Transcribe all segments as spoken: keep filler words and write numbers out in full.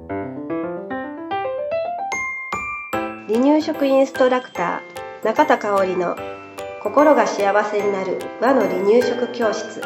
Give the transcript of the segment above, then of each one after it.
離乳食インストラクター中田香織の心が幸せになる和の離乳食教室。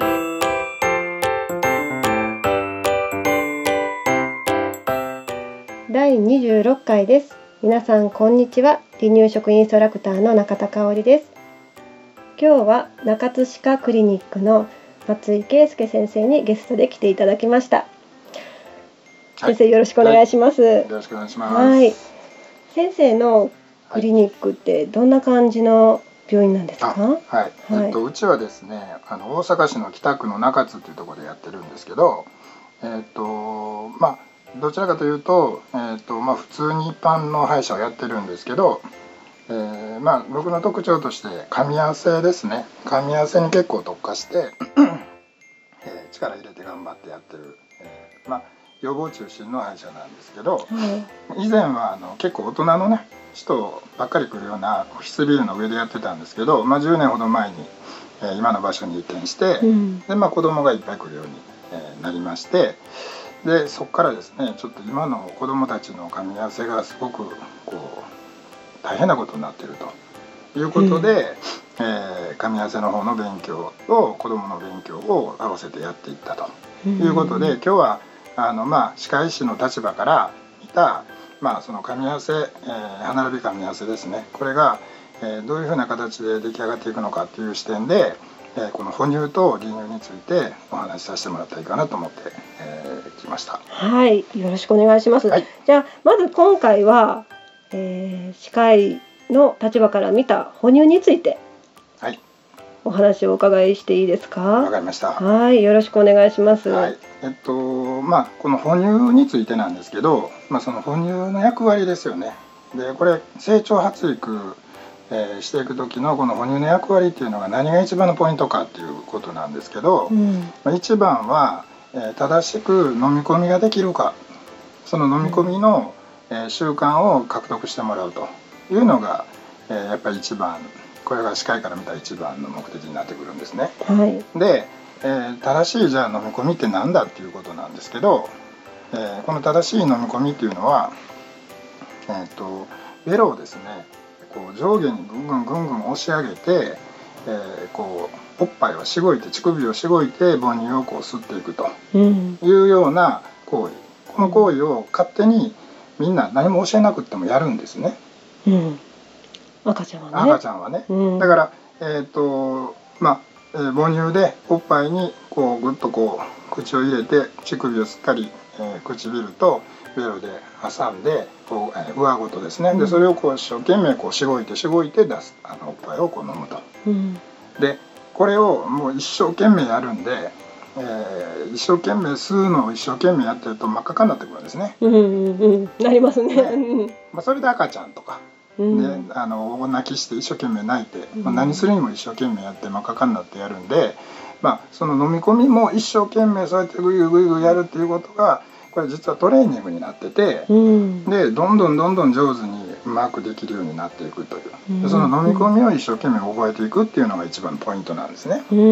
だいにじゅうろっかいです。皆さんこんにちは。離乳食インストラクターの中田香織です。今日は中津歯科クリニックの松井圭介先生にゲストで来ていただきました。はい、先生よろしくお願いします。はい、 よろしくお願いします。 はい、先生のクリニックってどんな感じの病院なんですか？ はい、はいえっと、うちはですね、あの大阪市の北区の中津というところでやってるんですけど、えっとまあ、どちらかというと、えっとまあ、普通に一般の歯医者をやってるんですけど、えーまあ、僕の特徴として噛み合わせですね。噛み合わせに結構特化して、えー、力入れて頑張ってやってる、えーまあ、予防中心の歯医者なんですけど、はい、以前はあの結構大人のね人ばっかり来るようなオフィスビルの上でやってたんですけど、まあ、じゅうねんほど前に、えー、今の場所に移転して、うん、でまあ、子供がいっぱい来るように、えー、なりまして、でそこからですねちょっと今の子供たちの噛み合わせがすごくこう大変なことになっているということで、うんえー、噛み合わせの方の勉強と子供の勉強を合わせてやっていったということで、うん、今日はあの、まあ、歯科医師の立場から見たまあ、その噛み合わせ、えー、歯並び噛み合わせですね。これが、えー、どういうふうな形で出来上がっていくのかという視点で、えー、この哺乳と離乳についてお話しさせてもらったらいいかなと思って、えー、来ました。 はい、よろしくお願いします。はい、じゃあまず今回は、えー、歯科医の立場から見た哺乳について、はい、お話をお伺いしていいですか？ わかりました。 はい、よろしくお願いします。 はい、えっとまあこの哺乳についてなんですけど、まあ、その哺乳の役割ですよね。でこれ成長発育、えー、していく時のこの哺乳の役割っていうのが何が一番のポイントかっていうことなんですけど、うんまあ、一番は、えー、正しく飲み込みができるか、その飲み込みの、うんえー、習慣を獲得してもらうというのが、えー、やっぱり一番これが歯科医から見た一番の目的になってくるんですね。はい、でえー、正しいじゃあ飲み込みって何だっていうことなんですけど、えー、この正しい飲み込みっていうのは、えー、とベロをですねこう上下にぐんぐんぐんぐん押し上げて、えー、こうおっぱいをしごいて乳首をしごいて母乳をこう吸っていくというような行為、この行為を勝手にみんな何も教えなくてもやるんですね、 うん、赤ちゃんはね赤ちゃんはね、うん、だからえっ、ー、とまあえー、母乳でおっぱいにこうぐっとこう口を入れて乳首をすっかり、えー、唇とベロで挟んでこう、えー、上ごとですね、うん、でそれをこう一生懸命こうしごいてしごいて出すあのおっぱいをこう飲むと、うん、でこれをもう一生懸命やるんで、えー、一生懸命吸うのを一生懸命やってると真っ赤かになってくるんですね。 うんうんうん、なりますね。 ねまあ、それで赤ちゃんとかであの泣きして一生懸命泣いて、まあ、何するにも一生懸命やって真っ赤かになってやるんで、まあ、その飲み込みも一生懸命そうやってグイグイグイやるっていうことがこれ実はトレーニングになってて、うん、でどんどんどんどん上手にうまくできるようになっていくという、うん、でその飲み込みを一生懸命覚えていくっていうのが一番ポイントなんですね。うん、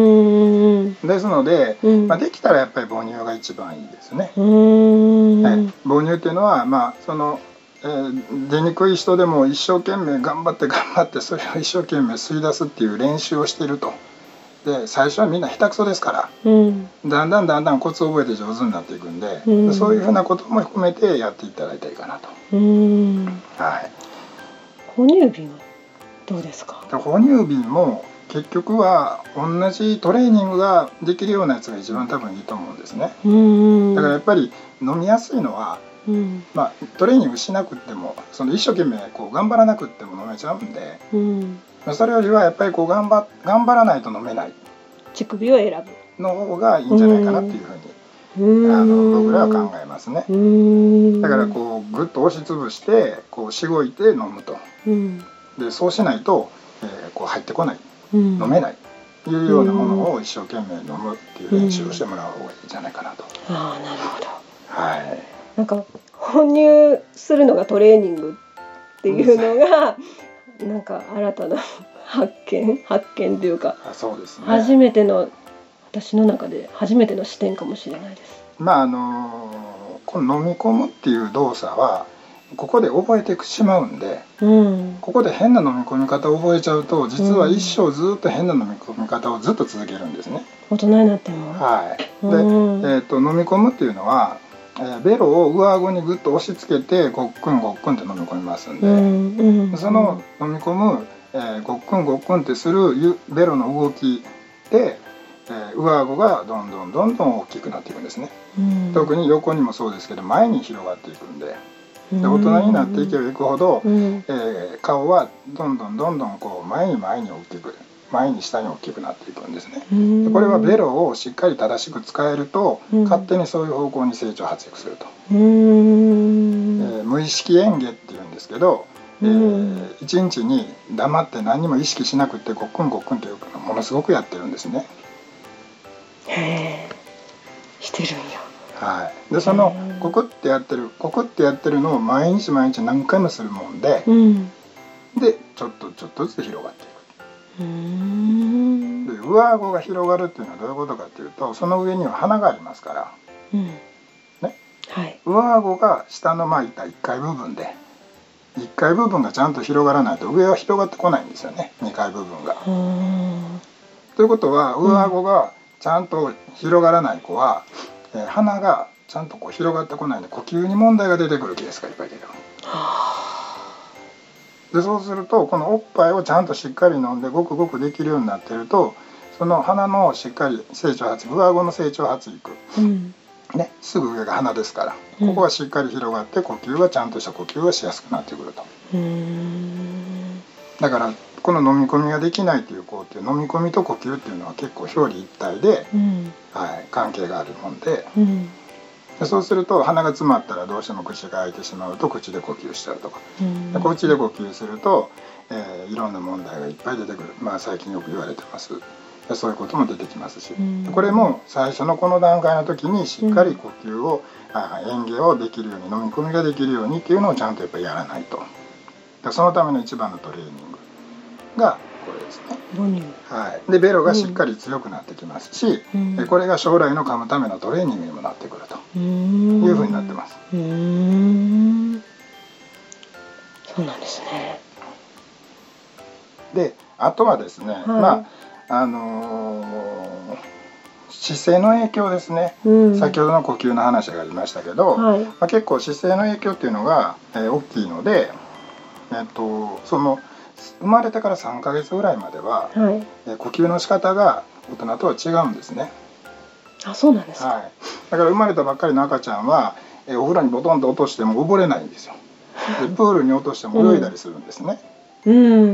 ですので、うんまあ、できたらやっぱり母乳が一番いいですね。うんはい、母乳っていうのはまあそのえー、出にくい人でも一生懸命頑張って頑張ってそれを一生懸命吸い出すっていう練習をしていると。で最初はみんな下手くそですから、うん、だんだんだんだんコツを覚えて上手になっていくんで、うん、そういうふうなことも含めてやっていただいたらいいかなと。うんはい、 哺乳瓶はどうですか？ 哺乳瓶も結局は同じトレーニングができるようなやつが一番多分いいと思うんですね。うんだからやっぱり飲みやすいのはうんまあ、トレーニングしなくってもその一生懸命こう頑張らなくっても飲めちゃうんで、うんまあ、それよりはやっぱりこう頑張、頑張らないと飲めない乳首を選ぶの方がいいんじゃないかなっていうふうにあの僕らは考えますね。うんだからこうグッと押しつぶしてこうしごいて飲むと、うん、でそうしないと、えー、こう入ってこない、うん、飲めないというようなものを一生懸命飲むっていう練習をしてもらう方がいいんじゃないかなと。 うん、ああなるほど。 はいなんか哺乳するのがトレーニングっていうのがなんか新たな発見発見というかあそうですね、 初めての私の中で初めての視点かもしれないです。 まああのこの飲み込むっていう動作はここで覚えてしまうんで、 うん、こここで変な飲み込み方を覚えちゃうと実は一生ずっと変な飲み込み方をずっと続けるんですね。 大人になっても。 はい。で、 うん、 えー、と飲み込むっていうのは、えー、ベロを上顎にぐっと押し付けてごっくんごっくんって飲み込みますんで、 うんうん、 その飲み込む、えー、ごっくんごっくんってするベロの動きで、えー、上顎がどんどんどんどん大きくなっていくんですね。うん、特に横にもそうですけど前に広がっていくんで。で大人になっていけばいくほど、うんえー、顔はどんどんどんどんこう前に前に大きく前に下に大きくなっていくんですね。でこれはベロをしっかり正しく使えると、うん、勝手にそういう方向に成長発育すると、うんえー、無意識嚥下っていうんですけど、うんえー、一日に黙って何にも意識しなくてごっくんごっくんっていうのをものすごくやってるんですね。 へー、してるんや。 はい、でそのコクってやってるコクってやってるのを毎日毎日何回もするもんで、うん、でちょっとちょっとずつ広がっていく。うーんで上顎が広がるっていうのはどういうことかっていうとその上には鼻がありますから、うんねはい、上顎が下の巻いたいっかい部分でいっかい部分がちゃんと広がらないと上は広がってこないんですよねにかい部分が。ということは上顎がちゃんと広がらない子は、えー、鼻がちゃんとこう広がってこないので呼吸に問題が出てくるケースがいっぱい出てくる。でそうするとこのおっぱいをちゃんとしっかり飲んでごくごくできるようになってるとその鼻のしっかり成長発育上顎の成長発育、うんね、すぐ上が鼻ですから、うん、ここがしっかり広がって呼吸がちゃんとした呼吸がしやすくなってくると。うーんだからこの飲み込みができないという子っていう飲み込みと呼吸っていうのは結構表裏一体で、うんはい、関係があるもんで、うんでそうすると鼻が詰まったらどうしても口が開いてしまうと口で呼吸しちゃうとか、うん、で口で呼吸すると、えー、いろんな問題がいっぱい出てくる、まあ、最近よく言われてます。でそういうことも出てきますし、うん、これも最初のこの段階の時にしっかり呼吸を、うん、あ嚥下をできるように飲み込みができるようにっていうのをちゃんとやっぱりやらないと。でそのための一番のトレーニングがこれですね。はい、でベロがしっかり強くなってきますし、うん、これが将来の噛むためのトレーニングにもなってくるというふうになってます。うーんそうなんですね。 であとはですね、はい、まああのー、姿勢の影響ですね、うん、先ほどの呼吸の話がありましたけど、はいまあ、結構姿勢の影響っていうのが、えー、大きいので、えっと、その生まれてからさんかげつぐらいまでは、はい、え呼吸の仕方が大人とは違うんですね。 あ、そうなんですか。 はい、だから生まれたばっかりの赤ちゃんはえお風呂にボトンと落としても溺れないんですよ。でプールに落としても泳いだりするんですね。うん、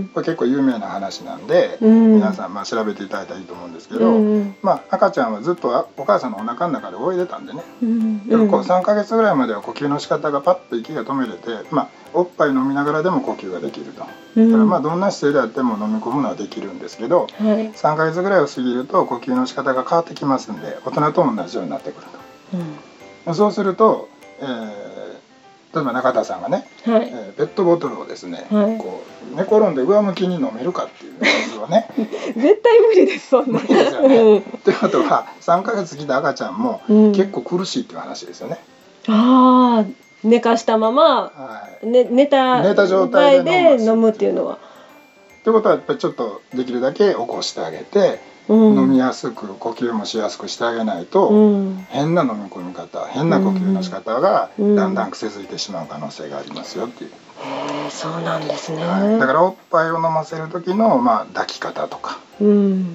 これ結構有名な話なんで、うん、皆さんまあ調べていただいたらいいと思うんですけど、うん、まあ、赤ちゃんはずっとお母さんのお腹の中で泳いでたんでね、うん、でもこうさんかげつぐらいまでは呼吸の仕方がパッと息が止めれて、まあ、おっぱい飲みながらでも呼吸ができると、うん、だからまあどんな姿勢であっても飲み込むのはできるんですけど、はい、さんかげつぐらいを過ぎると呼吸の仕方が変わってきますんで大人と同じようになってくると、うん、そうすると、えー例えば中田さんがね、はいえー、ペットボトルをですね、はい、こう寝転んで上向きに飲めるかっていうことはね絶対無理ですそんな。 無理ですよね。ということはさんかげつ来た赤ちゃんも結構苦しいっていう話ですよね。 うん、ああ寝かしたまま、はいね、寝た寝た状態で飲むっていうのは。 ということはやっぱりちょっとできるだけ起こしてあげて、うん、飲みやすく呼吸もしやすくしてあげないと、うん、変な飲み込み方変な呼吸の仕方がだんだん癖づいてしまう可能性がありますよっていう。 へえ、そうなんですね。 はい、だからおっぱいを飲ませる時の、まあ、抱き方とか、うん、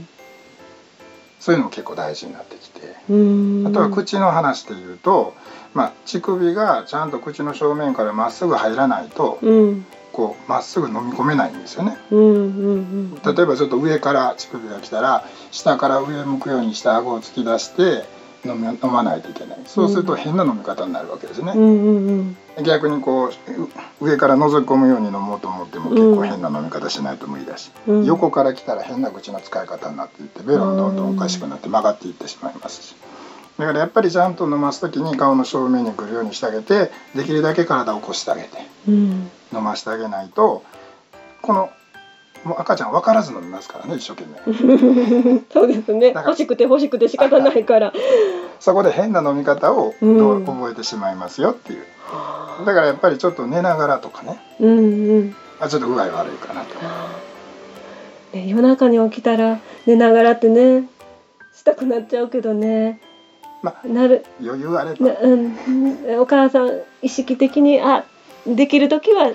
そういうのも結構大事になってきて、うん、あとは口の話でいうと、まあ、乳首がちゃんと口の正面からまっすぐ入らないと、うんこうまっすぐ飲み込めないんですよね。うんうんうん、例えばちょっと上から乳首が来たら下から上向くようにして顎を突き出して飲み飲まないといけない。そうすると変な飲み方になるわけですね。うんうんうん、逆にこう上から覗き込むように飲もうと思っても結構変な飲み方しないと無理だし、うん、横から来たら変な口の使い方になっていってベロンどんどんおかしくなって曲がっていってしまいますし。だからやっぱりちゃんと飲ます時に顔の正面に来るようにしてあげてできるだけ体を起こしてあげて、うん、飲ましてあげないとこのもう赤ちゃん分からず飲みますからね一生懸命そうですね欲しくて欲しくて仕方ないからそこで変な飲み方をうん覚えてしまいますよっていう。だからやっぱりちょっと寝ながらとかね、 うんうんあちょっと具合悪いかなと。 ね、夜中に起きたら寝ながらってねしたくなっちゃうけどね、 まあなる余裕あれば、 な、うん、お母さん意識的にあできる時は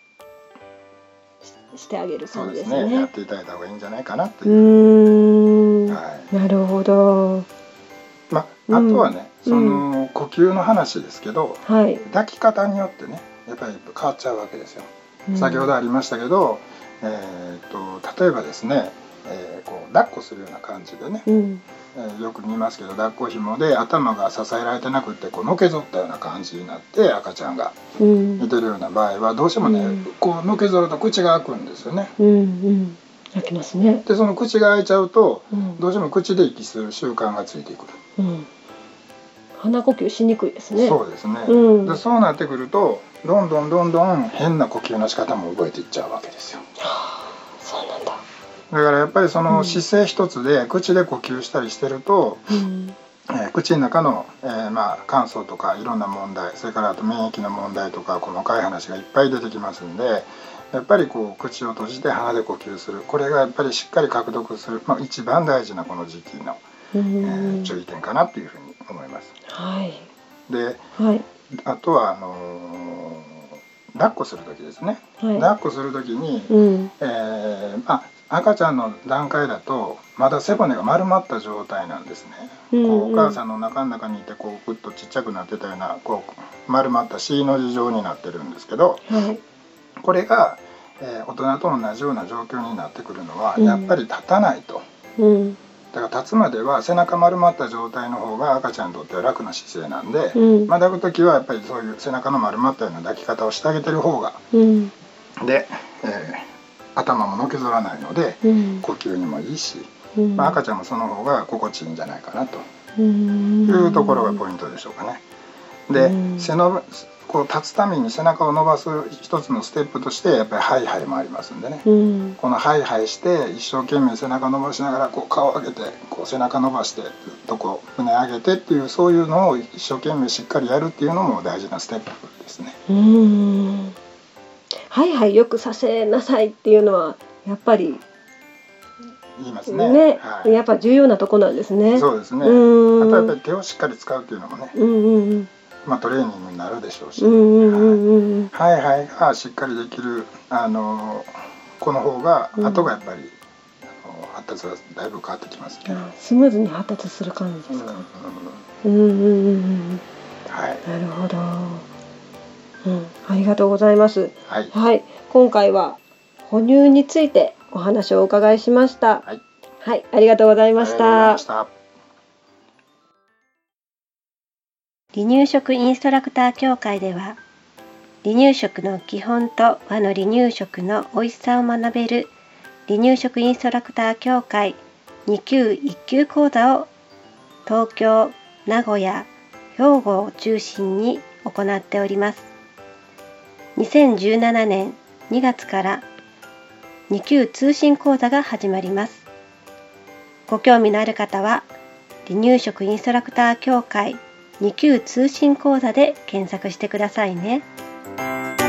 し, してあげるそうで感じですすね。 ね、やっていただいた方がいいんじゃないかなとういう。 ーん、 はなるほど。 まあ、あとはね、 うんその呼吸の話ですけど、 はい。 抱き方によってねやっぱり変わっちゃうわけですよ。 うん先ほどありましたけど、えー、と例えばですね、えーこう抱っこするような感じでね、 うんえーよく見ますけど、抱っこ紐で頭が支えられてなくってこうのけぞったような感じになって赤ちゃんがうん寝てるような場合はどうしてもね、 うんこうのけぞると口が開くんですよね。 うんうん開きますね。 でその口が開いちゃうとうんどうしても口で息する習慣がついてくる。 うん鼻呼吸しにくいですね。 そうですね、 うんでそうなってくるとどんどんどんどん変な呼吸の仕方も覚えていっちゃうわけですよ。 そうなんだ。 だからやっぱりそうのん姿勢一つで口で呼吸したりしてると、 うんえー口の中の、えーまあ、乾燥とかいろんな問題、それからあと免疫の問題とか細かい話がいっぱい出てきますんで、やっぱりこう口を閉じて鼻で呼吸する、これがやっぱりしっかり獲得する、まあ、一番大事なこの時期の、 うえんー注意点かなというふうに思います。 はいではいあとはあのー抱っこする時ですね、 はい。 抱っこする時に、 うんえーまあ、赤ちゃんの段階だとまだ背骨が丸まった状態なんですね。 うんこうお母さんの中の中にいてこうグッとちっちゃくなってたようなこう丸まった C の字状になってるんですけど、 はいこれが、えー大人と同じような状況になってくるのはうんやっぱり立たないと。 うんだから立つまでは背中丸まった状態の方が赤ちゃんにとっては楽な姿勢なんで、 うんまあ、抱く時はやっぱりそういう背中の丸まったような抱き方をしてあげてる方がうんで、えー頭ものけぞらないのでうん呼吸にもいいし、 うんまあ、赤ちゃんもその方が心地いいんじゃないかなとうんいうところがポイントでしょうかね。で、 うん背のこう立つために背中を伸ばす一つのステップとしてやっぱりハイハイもありますんでね、 うんこのハイハイして一生懸命背中伸ばしながらこう顔を上げてこう背中伸ばしてずっとこう胸上げてっていうそういうのを一生懸命しっかりやるっていうのも大事なステップですね。 うんはいはいよくさせなさいっていうのはやっぱり言いますね。 ね、 はい、 やっぱ重要なとこなんですね。 そうですね。あうんとやっぱり手をしっかり使うっていうのもね、 うんうんうんまあ、トレーニングになるでしょうし、 うんうんうんうんはいはいがしっかりできるあのこの方がうん後がやっぱり、あの発達がだいぶ変わってきますね。 あスムーズに発達する感じですか。 うんうんうんうんうんはいなるほど。うんありがとうございます。 はいはい今回は哺乳についてお話をお伺いしました。 はいはいありがとうございましありがとうございたまし。た。 離乳食インストラクター協会では離乳食の基本と和の離乳食の美味しさを学べる離乳食インストラクター協会に級いっ級講座を東京、名古屋、兵庫を中心に行っております。にせんじゅうななねんにがつからに級通信講座が始まります。ご興味のある方は離乳食インストラクター協会に級通信講座で検索してくださいね。